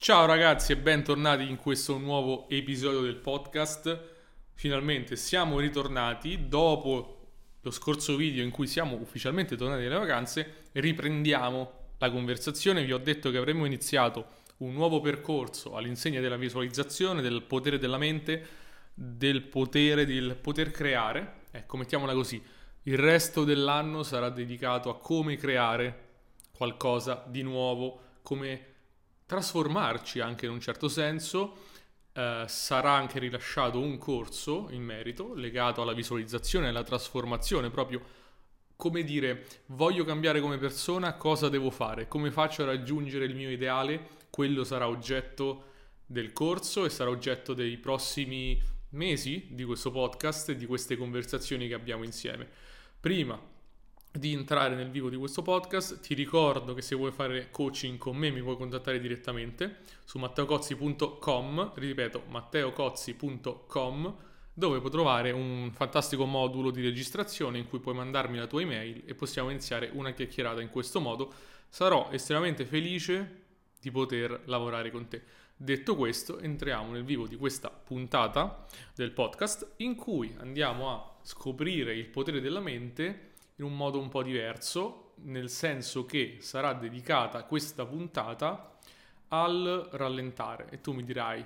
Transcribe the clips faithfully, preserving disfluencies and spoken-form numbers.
Ciao ragazzi e bentornati in questo nuovo episodio del podcast. Finalmente siamo ritornati dopo lo scorso video in cui siamo ufficialmente tornati dalle vacanze. Riprendiamo la conversazione. Vi ho detto che avremmo iniziato un nuovo percorso all'insegna della visualizzazione, del potere della mente, del potere del poter creare. Ecco, mettiamola così. Il resto dell'anno sarà dedicato a come creare qualcosa di nuovo, come trasformarci anche in un certo senso. Eh, sarà anche rilasciato un corso in merito legato alla visualizzazione e alla trasformazione, proprio come dire, voglio cambiare come persona, cosa devo fare, come faccio a raggiungere il mio ideale. Quello sarà oggetto del corso e sarà oggetto dei prossimi mesi di questo podcast e di queste conversazioni che abbiamo insieme. Prima di entrare nel vivo di questo podcast, ti ricordo che se vuoi fare coaching con me mi puoi contattare direttamente su matteocozzi punto com, ripeto matteocozzi punto com, dove puoi trovare un fantastico modulo di registrazione in cui puoi mandarmi la tua email e possiamo iniziare una chiacchierata in questo modo. Sarò estremamente felice di poter lavorare con te. Detto questo, entriamo nel vivo di questa puntata del podcast in cui andiamo a scoprire il potere della mente in un modo un po' diverso, nel senso che sarà dedicata questa puntata al rallentare. E tu mi dirai: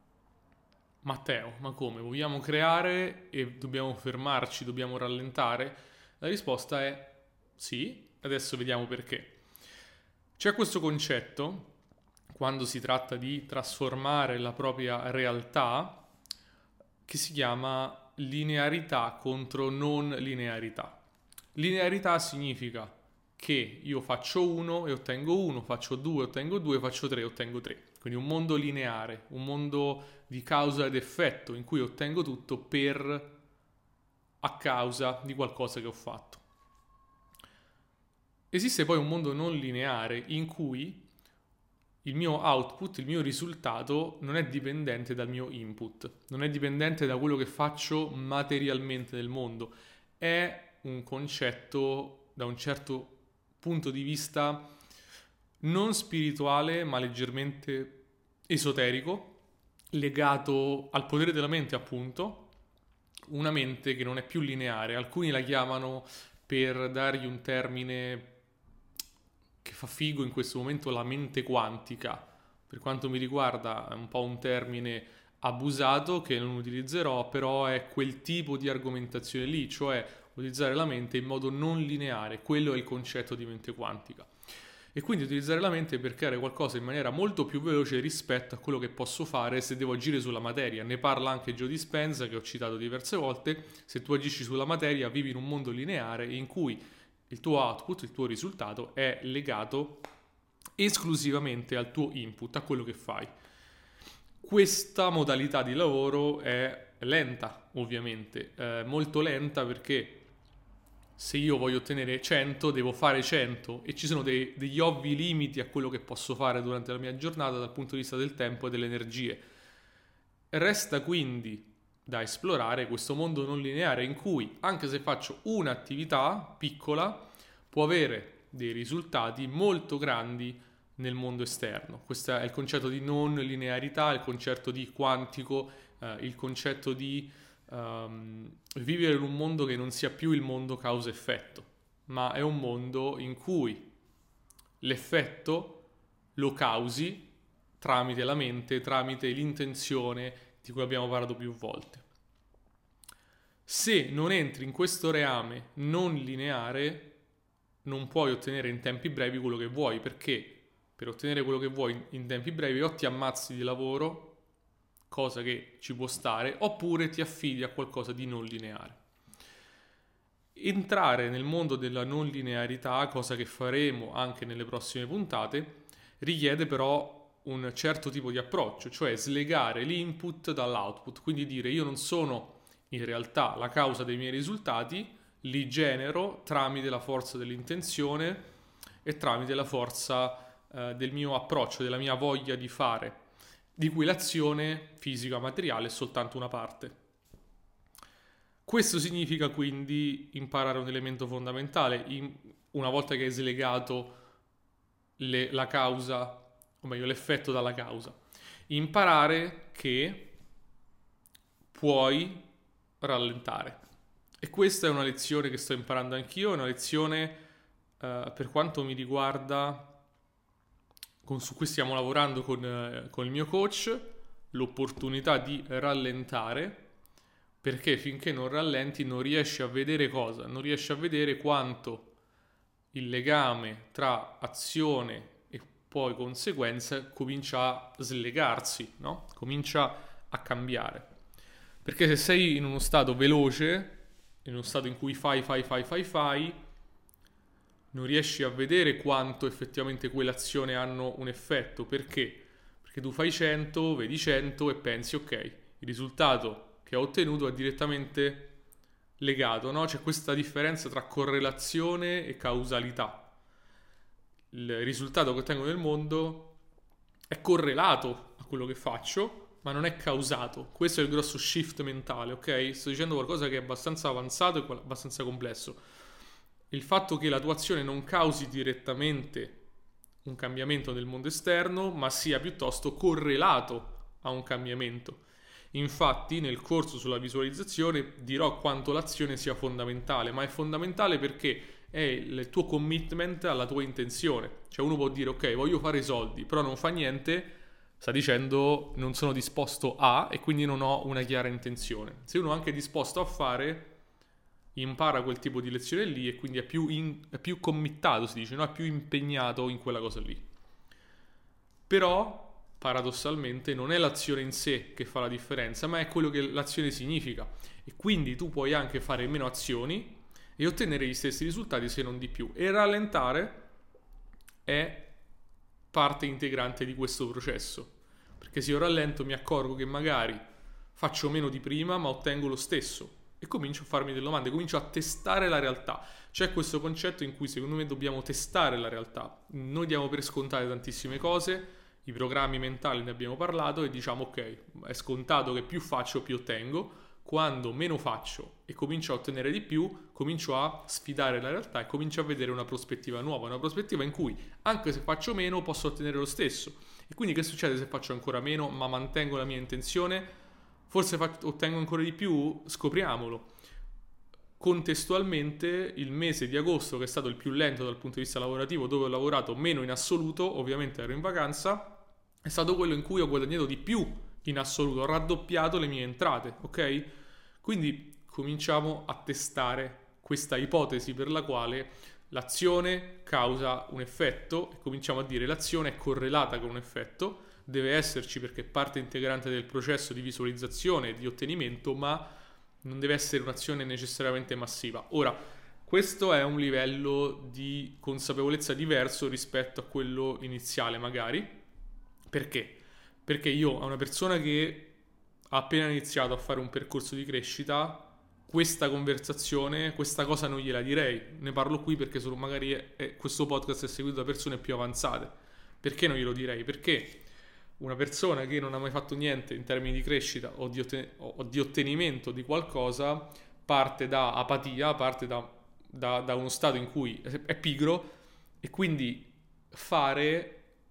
Matteo, ma come? Vogliamo creare e dobbiamo fermarci, dobbiamo rallentare? La risposta è sì, adesso vediamo perché. C'è questo concetto, quando si tratta di trasformare la propria realtà, che si chiama linearità contro non linearità. Linearità significa che io faccio uno e ottengo uno, faccio due e ottengo due, faccio tre e ottengo tre. Quindi un mondo lineare, un mondo di causa ed effetto in cui ottengo tutto per a causa di qualcosa che ho fatto. Esiste poi un mondo non lineare in cui il mio output, il mio risultato non è dipendente dal mio input, non è dipendente da quello che faccio materialmente nel mondo. È un concetto da un certo punto di vista non spirituale ma leggermente esoterico, legato al potere della mente, appunto, una mente che non è più lineare. Alcuni la chiamano, per dargli un termine che fa figo in questo momento, la mente quantica. Per quanto mi riguarda è un po' un termine abusato che non utilizzerò, però è quel tipo di argomentazione lì, cioè utilizzare la mente in modo non lineare. Quello è il concetto di mente quantica. E quindi utilizzare la mente per creare qualcosa in maniera molto più veloce rispetto a quello che posso fare se devo agire sulla materia. Ne parla anche Joe Dispenza, che ho citato diverse volte. Se tu agisci sulla materia, vivi in un mondo lineare in cui il tuo output, il tuo risultato è legato esclusivamente al tuo input, a quello che fai. Questa modalità di lavoro è lenta, ovviamente, eh, molto lenta, perché se io voglio ottenere cento devo fare cento e ci sono dei, degli ovvi limiti a quello che posso fare durante la mia giornata dal punto di vista del tempo e delle energie. Resta quindi da esplorare questo mondo non lineare in cui, anche se faccio un'attività piccola, può avere dei risultati molto grandi nel mondo esterno. Questo è il concetto di non linearità, il concetto di quantico, eh, il concetto di um, vivere in un mondo che non sia più il mondo causa-effetto, ma è un mondo in cui l'effetto lo causi tramite la mente, tramite l'intenzione di cui abbiamo parlato più volte. Se non entri in questo reame non lineare, non puoi ottenere in tempi brevi quello che vuoi, perché per ottenere quello che vuoi in tempi brevi o ti ammazzi di lavoro, cosa che ci può stare, oppure ti affidi a qualcosa di non lineare. Entrare nel mondo della non linearità, cosa che faremo anche nelle prossime puntate, richiede però un certo tipo di approccio, cioè slegare l'input dall'output, quindi dire: io non sono in realtà la causa dei miei risultati, li genero tramite la forza dell'intenzione e tramite la forza eh, del mio approccio, della mia voglia di fare, di cui l'azione fisica materiale è soltanto una parte. Questo significa quindi imparare un elemento fondamentale. In, una volta che hai slegato le, la causa, o o meglio l'effetto dalla causa. Imparare che puoi rallentare. E questa è una lezione che sto imparando anch'io, è una lezione eh, per quanto mi riguarda, con, su cui stiamo lavorando con, eh, con il mio coach, l'opportunità di rallentare, perché finché non rallenti non riesci a vedere cosa? Non riesci a vedere quanto il legame tra azione e poi conseguenza comincia a slegarsi, no? Comincia a cambiare. Perché se sei in uno stato veloce, in uno stato in cui fai, fai, fai, fai, fai, non riesci a vedere quanto effettivamente quelle azioni hanno un effetto. Perché? Perché tu fai cento, vedi cento e pensi, ok, il risultato che ho ottenuto è direttamente legato, no? C'è questa differenza tra correlazione e causalità. Il risultato che ottengo nel mondo è correlato a quello che faccio, ma non è causato. Questo è il grosso shift mentale, ok? Sto dicendo qualcosa che è abbastanza avanzato e abbastanza complesso. Il fatto che la tua azione non causi direttamente un cambiamento nel mondo esterno, ma sia piuttosto correlato a un cambiamento. Infatti, nel corso sulla visualizzazione dirò quanto l'azione sia fondamentale, ma è fondamentale perché è il tuo commitment alla tua intenzione. Cioè uno può dire ok, voglio fare soldi, però non fa niente, sta dicendo non sono disposto a e quindi non ho una chiara intenzione. Se uno è anche disposto a fare, impara quel tipo di lezione lì e quindi è più, in, è più committato, si dice, no? È più impegnato in quella cosa lì. Però paradossalmente non è l'azione in sé che fa la differenza, ma è quello che l'azione significa. E quindi tu puoi anche fare meno azioni e ottenere gli stessi risultati, se non di più. E rallentare è parte integrante di questo processo. Perché se io rallento mi accorgo che magari faccio meno di prima, ma ottengo lo stesso. E comincio a farmi delle domande, comincio a testare la realtà. C'è questo concetto in cui secondo me dobbiamo testare la realtà. Noi diamo per scontate tantissime cose, i programmi mentali ne abbiamo parlato e diciamo ok, è scontato che più faccio più ottengo. Quando meno faccio e comincio a ottenere di più, comincio a sfidare la realtà e comincio a vedere una prospettiva nuova, una prospettiva in cui anche se faccio meno posso ottenere lo stesso. E quindi che succede se faccio ancora meno ma mantengo la mia intenzione? Forse ottengo ancora di più? Scopriamolo. Contestualmente il mese di agosto, che è stato il più lento dal punto di vista lavorativo, dove ho lavorato meno in assoluto, ovviamente ero in vacanza, è stato quello in cui ho guadagnato di più in assoluto, ho raddoppiato le mie entrate, ok? Quindi cominciamo a testare questa ipotesi per la quale l'azione causa un effetto e cominciamo a dire l'azione è correlata con un effetto, deve esserci perché è parte integrante del processo di visualizzazione e di ottenimento, ma non deve essere un'azione necessariamente massiva. Ora, questo è un livello di consapevolezza diverso rispetto a quello iniziale magari. Perché? Perché io a una persona che ha appena iniziato a fare un percorso di crescita, questa conversazione, questa cosa non gliela direi. Ne parlo qui perché sono magari è, questo podcast è seguito da persone più avanzate. Perché non glielo direi? Perché una persona che non ha mai fatto niente in termini di crescita o di, otten- o di ottenimento di qualcosa parte da apatia, parte da, da, da uno stato in cui è pigro e quindi fare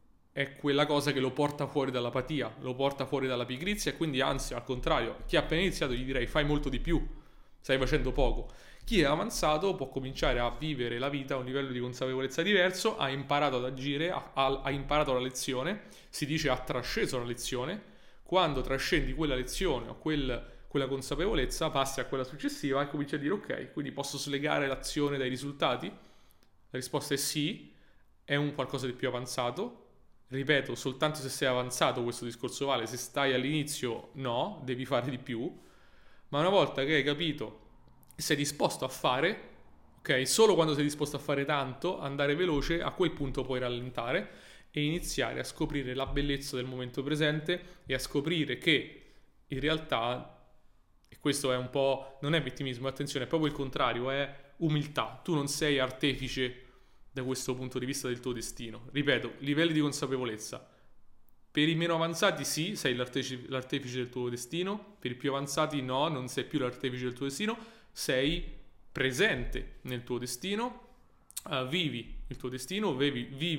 è quella cosa che lo porta fuori dall'apatia, lo porta fuori dalla pigrizia e quindi anzi al contrario, chi ha appena iniziato gli direi fai molto di più, stai facendo poco. Chi è avanzato può cominciare a vivere la vita a un livello di consapevolezza diverso, ha imparato ad agire, ha, ha imparato la lezione, si dice ha trasceso la lezione, quando trascendi quella lezione o quel, quella consapevolezza passi a quella successiva e cominci a dire ok, quindi posso slegare l'azione dai risultati? La risposta è sì, è un qualcosa di più avanzato. Ripeto, soltanto se sei avanzato questo discorso vale, se stai all'inizio no, devi fare di più, ma una volta che hai capito e sei disposto a fare, ok, solo quando sei disposto a fare tanto, andare veloce, a quel punto puoi rallentare e iniziare a scoprire la bellezza del momento presente e a scoprire che in realtà, e questo è un po', non è vittimismo, attenzione, è proprio il contrario, è umiltà, tu non sei artefice da questo punto di vista del tuo destino. Ripeto, livelli di consapevolezza. Per i meno avanzati sì, sei l'artefice, l'artefice del tuo destino, per i più avanzati no, non sei più l'artefice del tuo destino, sei presente nel tuo destino, uh, vivi il tuo destino, vivi, vivi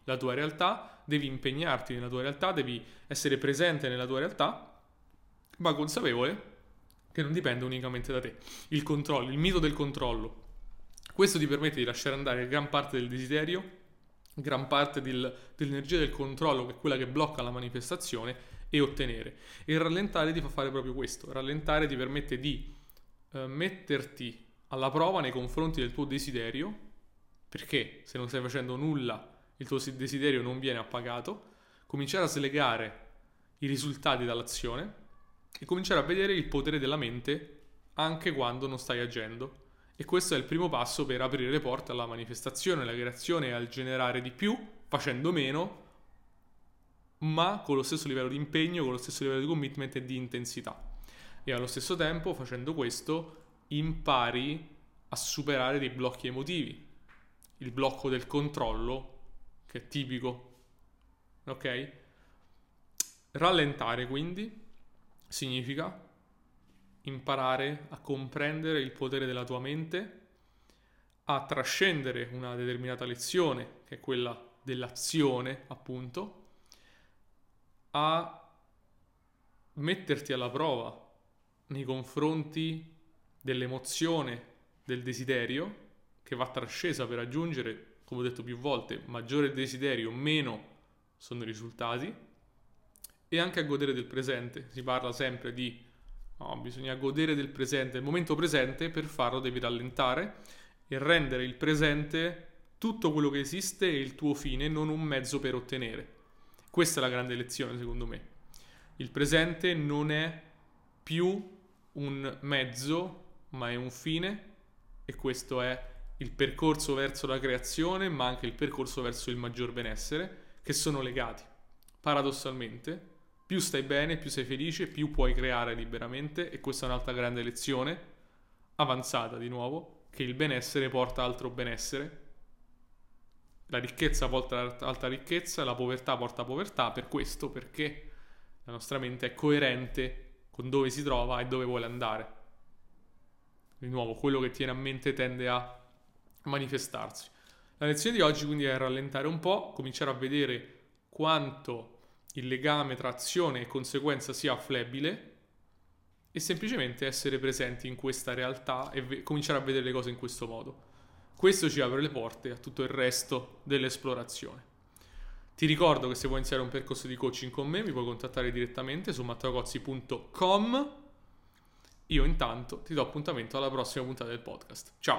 la tua realtà, devi impegnarti nella tua realtà, devi essere presente nella tua realtà, ma consapevole che non dipende unicamente da te. Il controllo, il mito del controllo. Questo ti permette di lasciare andare gran parte del desiderio, gran parte del, dell'energia del controllo, che è quella che blocca la manifestazione, e ottenere. E il rallentare ti fa fare proprio questo. Il rallentare ti permette di eh, metterti alla prova nei confronti del tuo desiderio, perché se non stai facendo nulla il tuo desiderio non viene appagato, cominciare a slegare i risultati dall'azione e cominciare a vedere il potere della mente anche quando non stai agendo. E questo è il primo passo per aprire le porte alla manifestazione, alla creazione e al generare di più facendo meno, ma con lo stesso livello di impegno, con lo stesso livello di commitment e di intensità. E allo stesso tempo, facendo questo, impari a superare dei blocchi emotivi. Il blocco del controllo, che è tipico, ok? Rallentare, quindi, significa imparare a comprendere il potere della tua mente, a trascendere una determinata lezione, che è quella dell'azione, appunto, a metterti alla prova nei confronti dell'emozione, del desiderio, che va trascesa per raggiungere, come ho detto più volte, maggiore il desiderio, meno sono i risultati, e anche a godere del presente. Si parla sempre di no, bisogna godere del presente, del momento presente. Per farlo devi rallentare e rendere il presente tutto quello che esiste e il tuo fine, non un mezzo per ottenere. Questa è la grande lezione, secondo me. Il presente non è più un mezzo, ma è un fine, e questo è il percorso verso la creazione, ma anche il percorso verso il maggior benessere, che sono legati. Paradossalmente, più stai bene, più sei felice, più puoi creare liberamente, e questa è un'altra grande lezione, avanzata di nuovo, che il benessere porta altro benessere, la ricchezza porta alta ricchezza, la povertà porta povertà. Per questo, perché la nostra mente è coerente con dove si trova e dove vuole andare. Di nuovo, quello che tiene a mente tende a manifestarsi. La lezione di oggi quindi è rallentare un po', cominciare a vedere quanto il legame tra azione e conseguenza sia flebile e semplicemente essere presenti in questa realtà e ve- cominciare a vedere le cose in questo modo. Questo ci apre le porte a tutto il resto dell'esplorazione. Ti ricordo che se vuoi iniziare un percorso di coaching con me mi puoi contattare direttamente su matteo punto com. Io intanto ti do appuntamento alla prossima puntata del podcast. Ciao!